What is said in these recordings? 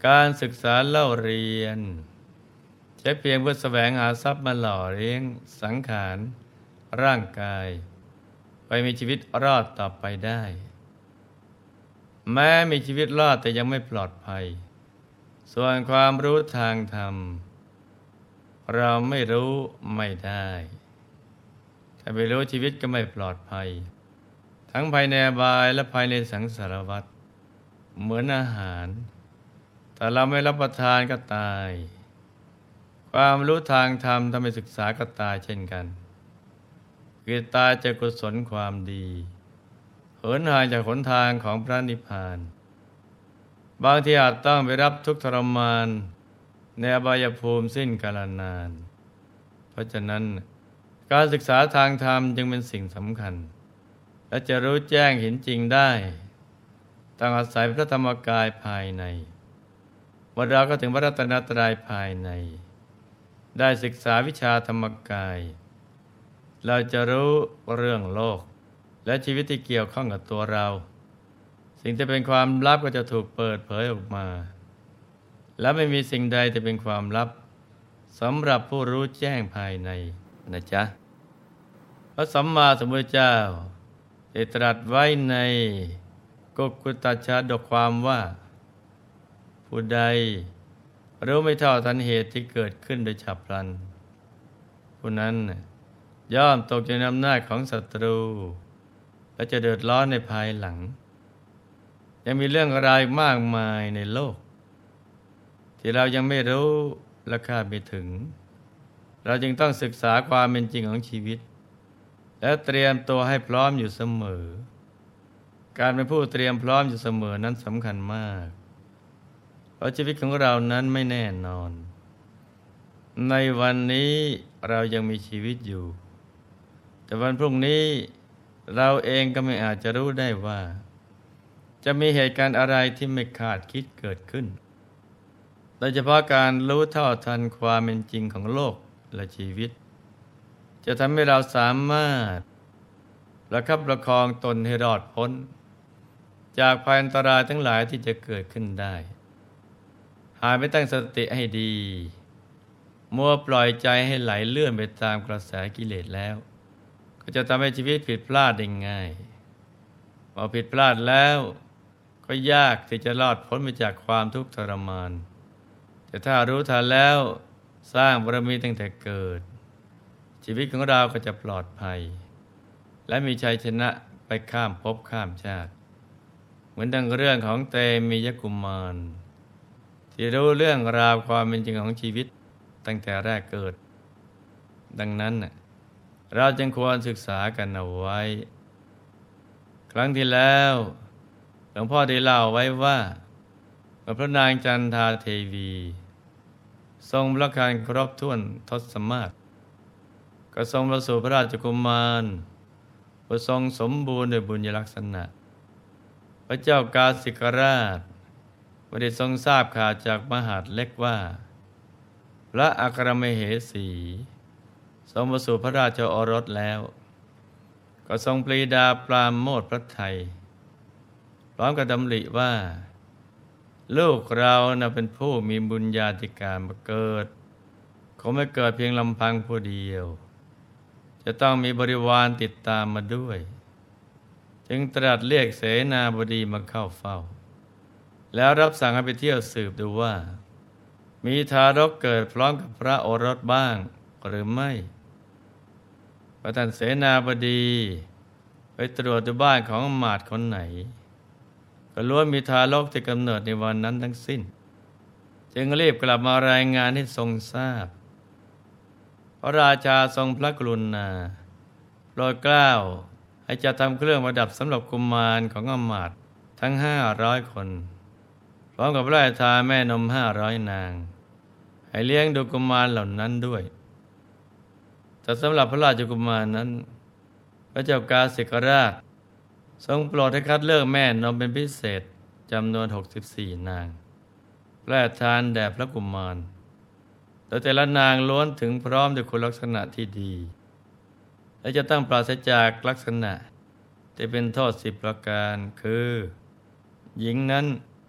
การศึกษาเล่าเรียนใช้เพียงเพื่อแสวงหาทรัพย์มาหล่อเลี้ยงสังขารร่างกายไปมีชีวิตรอดต่อไปได้แม้มีชีวิตรอดแต่ยังไม่ปลอดภัยส่วนความรู้ทางธรรมเราไม่รู้ไม่ได้ถ้าไม่รู้ชีวิตก็ไม่ปลอดภัยทั้งภายในอบายและภายในสังสารวัฏเหมือนอาหารแต่เราไม่รับประทานก็ตายความรู้ทางธรรมทำให้ศึกษาก็ตายเช่นกันคือตายจากกุศลความดีเหินห่างจากหนทางของพระนิพพานบางทีอาจต้องไปรับทุกข์ทรมานในอบายภูมิสิ้นกาลนานเพราะฉะนั้นการศึกษาทางธรรมจึงเป็นสิ่งสำคัญและจะรู้แจ้งเห็นจริงได้ต้องอาศัยพระธรรมกายภายในเมื่อเราก็ถึงพระรัตนตรัยภายในได้ศึกษาวิชาธรรมกายเราจะรู้เรื่องโลกและชีวิตที่เกี่ยวข้องกับตัวเราสิ่งที่เป็นความลับก็จะถูกเปิดเผยออกมาและไม่มีสิ่งใดที่เป็นความลับสำหรับผู้รู้แจ้งภายในนะจ๊ะพระสัมมาสัมพุทธเจ้าได้ตรัสไว้ในกุกุตชาดกความว่าผู้ใดรู้ไม่เท่าทันเหตุที่เกิดขึ้นโดยฉับพลันผู้นั้นย่อมตกอยู่ในอำนาจของศัตรูและจะเดือดร้อนในภายหลังยังมีเรื่องราวมากมายในโลกที่เรายังไม่รู้และคาดไม่ถึงเราจึงต้องศึกษาความเป็นจริงของชีวิตและเตรียมตัวให้พร้อมอยู่เสมอการเป็นผู้เตรียมพร้อมอยู่เสมอนั้นสำคัญมากเพราะชีวิตของเรานั้นไม่แน่นอนในวันนี้เรายังมีชีวิตอยู่แต่วันพรุ่งนี้เราเองก็ไม่อาจจะรู้ได้ว่าจะมีเหตุการณ์อะไรที่ไม่คาดคิดเกิดขึ้นโดยเฉพาะการรู้เท่าทันความเป็นจริงของโลกและชีวิตจะทำให้เราสามารถประคับประคองตนให้รอดพ้นจากภัยอันตรายทั้งหลายที่จะเกิดขึ้นได้หากไม่ตั้งสติให้ดีมัวปล่อยใจให้ไหลเลื่อนไปตามกระแสกิเลสแล้วก็จะทำให้ชีวิตผิดพลาดได้ง่ายพอผิดพลาดแล้วก็ยากที่จะรอดพ้นไปจากความทุกข์ทรมานแต่ถ้ารู้ทันแล้วสร้างบารมีตั้งแต่เกิดชีวิตของเราก็จะปลอดภัยและมีชัยชนะไปข้ามภพข้ามชาติเหมือนดังเรื่องของเตมียกุมารที่รู้เรื่องราวความเป็นจริงของชีวิตตั้งแต่แรกเกิดดังนั้นเราจึงควรศึกษากันเอาไว้ครั้งที่แล้วหลวงพ่อได้เล่าไว้ว่าเมื่อพระนางจันทาเทวีทรงพระครครบถ้วนทศมาศก็ทรงประสูติพระราชกุมารผู้ทรงสมบูรณ์ด้วยบุญยลักษณะพระเจ้ากาสิกราชไม่ได้ทรงทราบข่าวจากมหาดเล็กว่าพระอัครมเหสีทรงประสูติพระราชโอรสแล้วก็ทรงปรีดาปราโมทย์พระทัยพร้อมกับดำริว่าลูกเราเป็นผู้มีบุญญาธิการมาเกิดคงไม่เกิดเพียงลำพังผู้เดียวจะต้องมีบริวารติดตามมาด้วยจึงตรัสเรียกเสนาบดีมาเข้าเฝ้าแล้วรับสั่งให้ไปเที่ยวสืบดูว่ามีทารกเกิดพร้อมกับพระโอรสบ้างหรือไม่พระท่านเสนาบดีไปตรวจดูบ้านของอมาตย์คนไหนก็ล้วนมีทารกที่กำเนิดในวันนั้นทั้งสิ้นจึงรีบกลับมารายงานให้ทรงทราบพระราชาทรงพระกรุณาโปรดเกล้าให้จัดทำเครื่องประดับสำหรับกุมารของอมาตย์ทั้ง500 คนพร้อมกับไร่ทาแม่นม500 นางให้เลี้ยงดูกุมารเหล่านั้นด้วยแต่สำหรับพระราชกุมารนั้นพระเจ้ากาสิกราชทรงโปรดให้คัดเลือกแม่นมเป็นพิเศษจำนวน64 นางแร่ทานแด่พระกุมารโดยแต่ละนางล้วนถึงพร้อมด้วยคุณลักษณะที่ดีและจะต้องปราศจากลักษณะที่เป็นโทษ10 ประการคือหญิงนั้น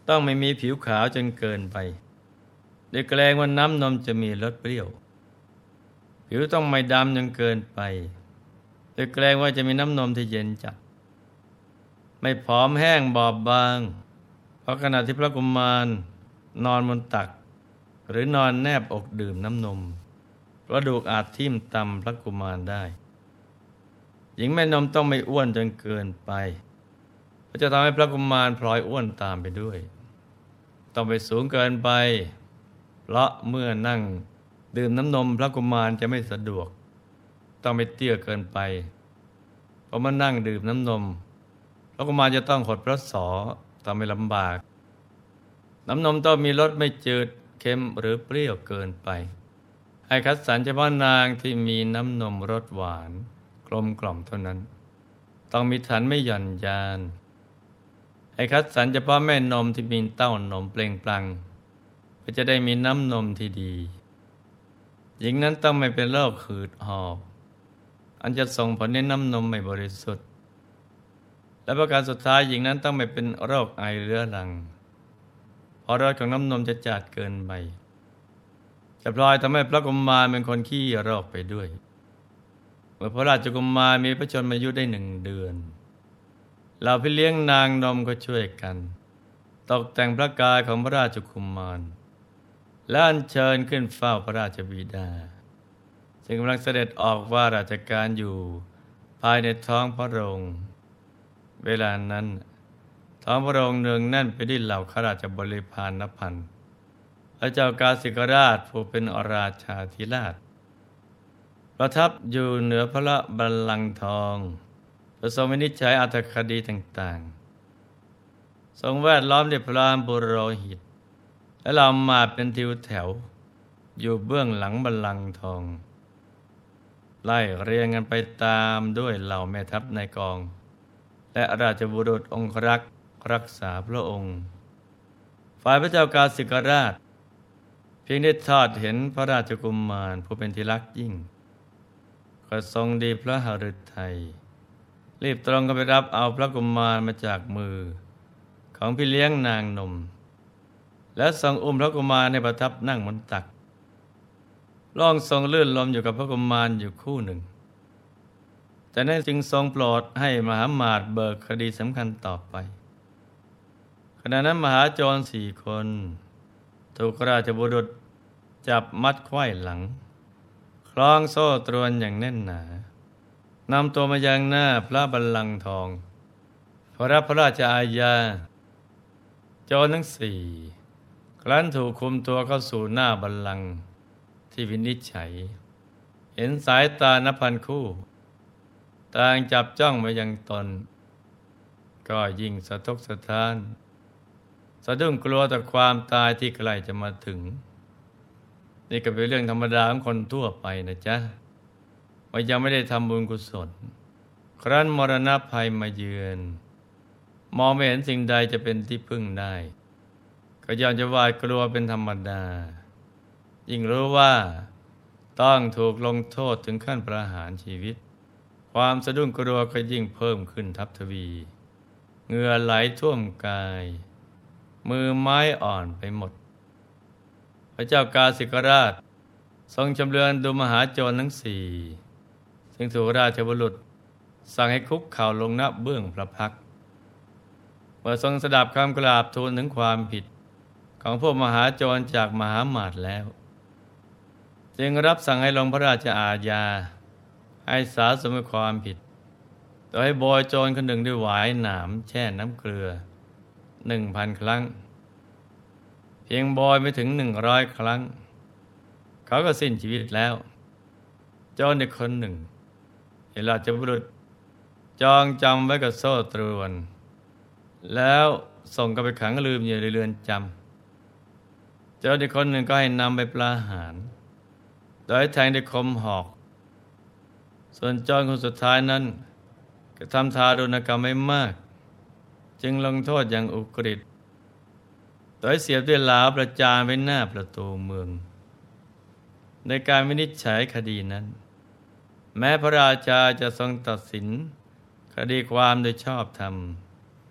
ต้องไม่มีผิวขาวจนเกินไปโดยเกรงว่าน้ำนมจะมีรสเปรี้ยวผิวต้องไม่ดำจนเกินไปโดยเกรงว่าจะมีน้ำนมที่เย็นจัดไม่ผอมแห้งบอบบางเพราะขณะที่พระกุมารนอนบนตักหรือนอนแนบอกดื่มน้ำนมกระดูกอาจทิ่มตำพระกุมารได้หญิงแม่นมต้องไม่อ้วนจนเกินไปเพราะจะทำให้พระกุมารพลอยอ้วนตามไปด้วยต้องไปสูงเกินไปเพราะเมื่อนั่งดื่มน้ำนมพระกุมารจะไม่สะดวกต้องไม่เตี้ยเกินไปเพราะเมื่อนั่งดื่มน้ำนมพระกุมารจะต้องหดพระศอกทำให้ลำบากน้ำนมต้องมีรสไม่จืดเค็มหรือเปรี้ยวเกินไปให้คัดสรรเฉพาะนางที่มีน้ำนมรสหวานกลมกล่อมเท่านั้นต้องมีฐานไม่หย่อนยานให้คัดสรรเฉพาะแม่นมที่มีเต้านมเปล่งปลั่งเพื่อจะได้มีน้ำนมที่ดีหญิงนั้นต้องไม่เป็นโรคหืดหอบอันจะส่งผลให้น้ำนมไม่บริสุทธิ์และประการสุดท้ายหญิงนั้นต้องไม่เป็นโรคไอเรื้อรังเพราะรสของน้ำนมจะจัดเกินไปจะพลอยทำให้พระกุมารเป็นคนขี้โรคไปด้วยเมื่อพระราชกุมารมีพระชนมายุได้1 เดือนเหล่าพี่เลี้ยงนางนมก็ช่วยกันตกแต่งพระกายของพระราชกุมารและอัญเชิญขึ้นเฝ้าพระราชบิดาซึ่งกำลังเสด็จออกว่าราชการอยู่ภายในท้องพระโรงเวลานั้นท้องพระโรงเนืองแน่นไปด้วยเหล่าข้าราชบริพารนับพันพระเจ้ากาสิกราชผู้เป็นราชาธิราชประทับอยู่เหนือพระบัลลังก์ทองทรงวินิจฉัยอรรถคดีต่างๆทรงแวดล้อมด้วยพราหมณ์ปุโรหิตและเหล่ามาเป็นทิวแถวอยู่เบื้องหลังบัลลังก์ทองไล่เรียงกันไปตามด้วยเหล่าแม่ทัพในกองและราชบุรุษองครักษ์รักษาพระองค์ฝ่ายพระเจ้ากาสิกราชเพียงได้ทอดเห็นพระราชกุมารผู้เป็นที่รักยิ่งก็ทรงดีพระหฤทัยรีบตรงก็ไปรับเอาพระกุมารมาจากมือของพี่เลี้ยงนางนมและทรงอุ้มพระกุมารในประทับนั่งบนตักล่องทรงลื่นลมอยู่กับพระกุมารอยู่คู่หนึ่งจากนั้นจึงทรงโปรดให้มหามาตย์เบิกคดีสำคัญต่อไปขณะนั้นมหาโจร4 คนถูกราชบุรุษจับมัดไขว้หลังคล้องโซ่ตรวนอย่างแน่นหนานำตัวมายังหน้าพระบัลลังก์ทองเพื่อรับพระราชอาญาโจรทั้ง 4ครั้นถูกคุมตัวเข้าสู่หน้าบัลลังก์ที่วินิจฉัยเห็นสายตานับพันคู่ต่างจับจ้องมายังตนก็ยิ่งสะทกสะท้านสะดุ้งกลัวต่อความตายที่ใกล้จะมาถึงนี่ก็เป็นเรื่องธรรมดาของคนทั่วไปนะจ๊ะว่ายังไม่ได้ทำบุญกุศลครั้นมรณะภัยมาเยือนมองไม่เห็นสิ่งใดจะเป็นที่พึ่งได้ก็ย่อมจะหวาดกลัวเป็นธรรมดายิ่งรู้ว่าต้องถูกลงโทษถึงขั้นประหารชีวิตความสะดุ้งกลัวก็ยิ่งเพิ่มขึ้นทับทวีเหงื่อไหลท่วมกายมือไม้อ่อนไปหมดพระเจ้ากาสิกราชทรงชำเลืองดูมหาโจรทั้ง 4ซึ่งถูกราชบุรุษสั่งให้คุกเข่าลงณเบื้องพระพักตร์เมื่อทรงสดับคำกราบทูลถึงความผิดของพวกมหาโจรจากมหามาตย์แล้วจึงรับสั่งให้ลงพระราชอาญาให้สาสมความผิดโดยให้โบยโจรคนหนึ่งด้วยหวายหนามแช่น้ำเกลือ 1,000 ครั้งเพียงโบยไม่ถึง100 ครั้งเขาก็สิ้นชีวิตแล้วโจรอีกคนหนึ่งเห็นราชบุรุษจองจำไว้กับโซ่ตรวนแล้วส่งก็ไปขังลืมอยู่ในเรือนจำโจรอีกคนหนึ่งก็ให้นำไปประหารโดยแทงด้วยคมหอกส่วนโจรคนสุดท้ายนั้นก็ทำทารุณกรรมไม่มากจึงลงโทษอย่างอุกฤษโดยเสียบด้วยหลาประจานไว้หน้าประตูเมืองในการวินิจฉัยคดีนั้นแม้พระราชาจะทรงตัดสินคดีความโดยชอบธรรม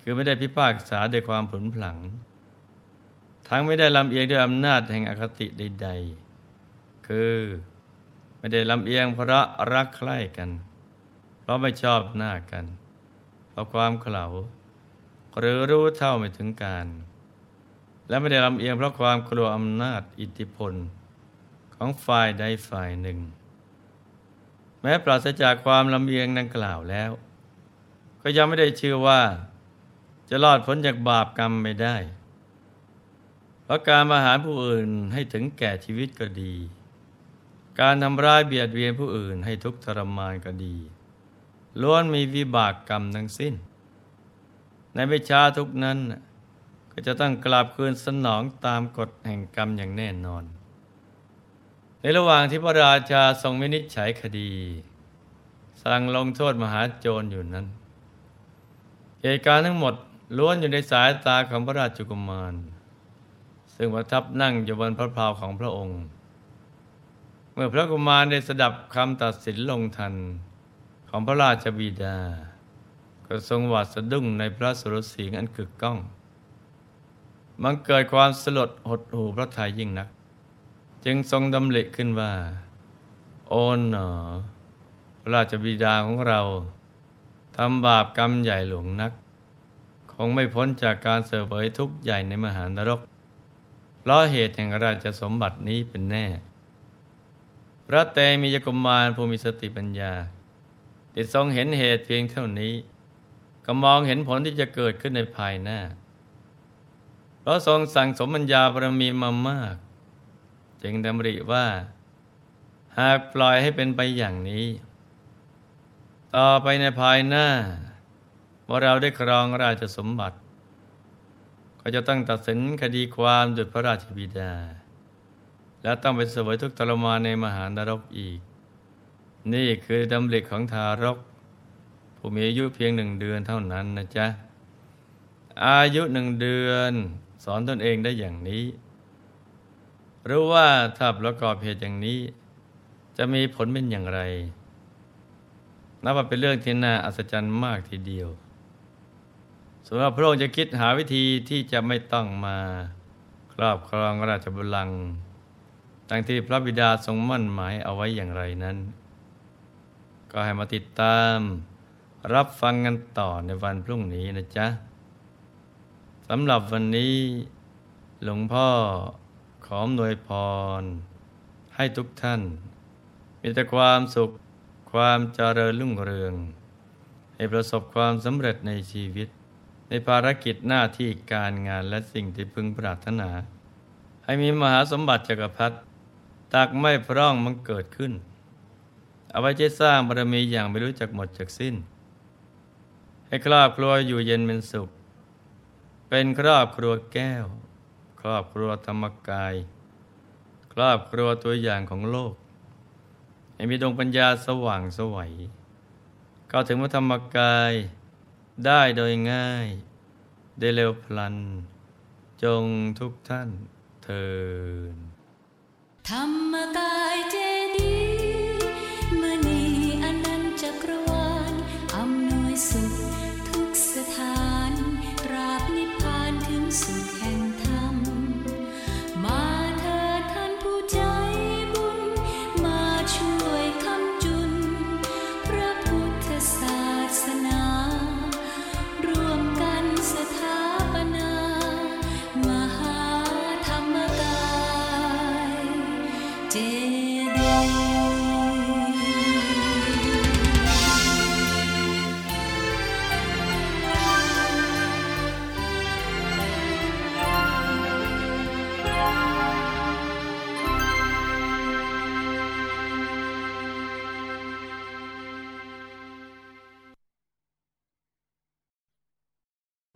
คือไม่ได้พิพากษาด้วยความผุนผลังทั้งไม่ได้ลำเอียงด้วยอำนาจแห่งอคติใดๆคือไม่ได้ลำเอียงเพราะรักใคร่กันเพราะไม่ชอบหน้ากันเพราะความเขลาหรือรู้เท่าไม่ถึงการและไม่ได้ลำเอียงเพราะความกลัวอำนาจอิทธิพลของฝ่ายใดฝ่ายหนึ่งแม้ปราศจากความลำเอียงดังกล่าวแล้วก็ยังไม่ได้ชื่อว่าจะรอดพ้นจากบาปกรรมไม่ได้เพราะการประหารผู้อื่นให้ถึงแก่ชีวิตก็ดีการทำร้ายเบียดเบียนผู้อื่นให้ทุกข์ทรมานก็ดีล้วนมีวิบากกรรมทั้งสิ้นในไม่ช้าทุกนั้นก็จะต้องกลับคืนสนองตามกฎแห่งกรรมอย่างแน่นอนในระหว่างที่พระราชาทรงวินิจฉัยคดีสั่งลงโทษมหาโจรอยู่นั้นเหตุการณ์ทั้งหมดล้วนอยู่ในสายตาของพระราชกุมารซึ่งประทับนั่งอยู่บนพระเพลาของพระองค์เมื่อพระกุมารได้สดับคำตัดสินลงทันของพระราชบิดาก็ทรงหวาดสะดุ้งในพระสุรเสียงอันกึกก้องมันเกิดความสลดหดหู่พระทัยยิ่งนักจึงทรงดำริขึ้นว่าโอ๋หนอพระราชบิดาของเราทำบาปกรรมใหญ่หลวงนักคงไม่พ้นจากการเสวยทุกข์ใหญ่ในมหานรกเพราะเหตุแห่งราชสมบัตินี้เป็นแน่พระเตมียกุมารผู้มีสติปัญญาได้ทรงเห็นเหตุเพียงเท่านี้ก็มองเห็นผลที่จะเกิดขึ้นในภายหน้าเพราะทรงสั่งสมปัญญาบารมีมามากจึงดำริว่าหากปล่อยให้เป็นไปอย่างนี้ต่อไปในภายหน้าเมื่อเราได้ครองราชสมบัติก็จะต้องตัดสินคดีความโดยพระราชบิดาและต้องไปเสวยทุกข์ทรมานในมหานรกอีกนี่คือดำริของทารกผู้มีอายุเพียง1 เดือนเท่านั้นนะจ๊ะอายุ1 เดือนสอนตนเองได้อย่างนี้รู้ว่าถ้าประกอบเหตุอย่างนี้จะมีผลเป็นอย่างไรนับว่าเป็นเรื่องที่น่าอัศจรรย์มากทีเดียวส่วนพระองค์จะคิดหาวิธีที่จะไม่ต้องมาครอบครองราชบัลลังก์ดังที่พระบิดาทรงมั่นหมายเอาไว้อย่างไรนั้นก็ให้มาติดตามรับฟังกันต่อในวันพรุ่งนี้นะจ๊ะสำหรับวันนี้หลวงพ่อขออำนวยพรให้ทุกท่านมีแต่ความสุขความเจริญรุ่งเรืองให้ประสบความสำเร็จในชีวิตในภารกิจหน้าที่การงานและสิ่งที่พึงปรารถนาให้มีมหาสมบัติจักรพรรดิตักไม่พร่องมันเกิดขึ้นเอาไว้ใช้สร้างบารมีอย่างไม่รู้จักหมดจักสิ้นให้ครอบครัวอยู่เย็นเป็นสุขเป็นครอบครัวแก้วครอบครัวธรรมกายครอบครัวตัวอย่างของโลกให้มีดวงปัญญาสว่างไสวเข้าถึงพระธรรมกายได้โดยง่ายได้เร็วพลันจงทุกท่านเทินธรรมกายเจดีย์มณีอนันตจักรวาลอำนวยสุขทุกสถานตราบนิพพานถึงสุขแห่งธรรมมาเถิดท่านผู้ใจบุญมาช่วยค้ำจุนพระพุทธศาสนาร่วมกันสถาปนามหาธรรมกายเจ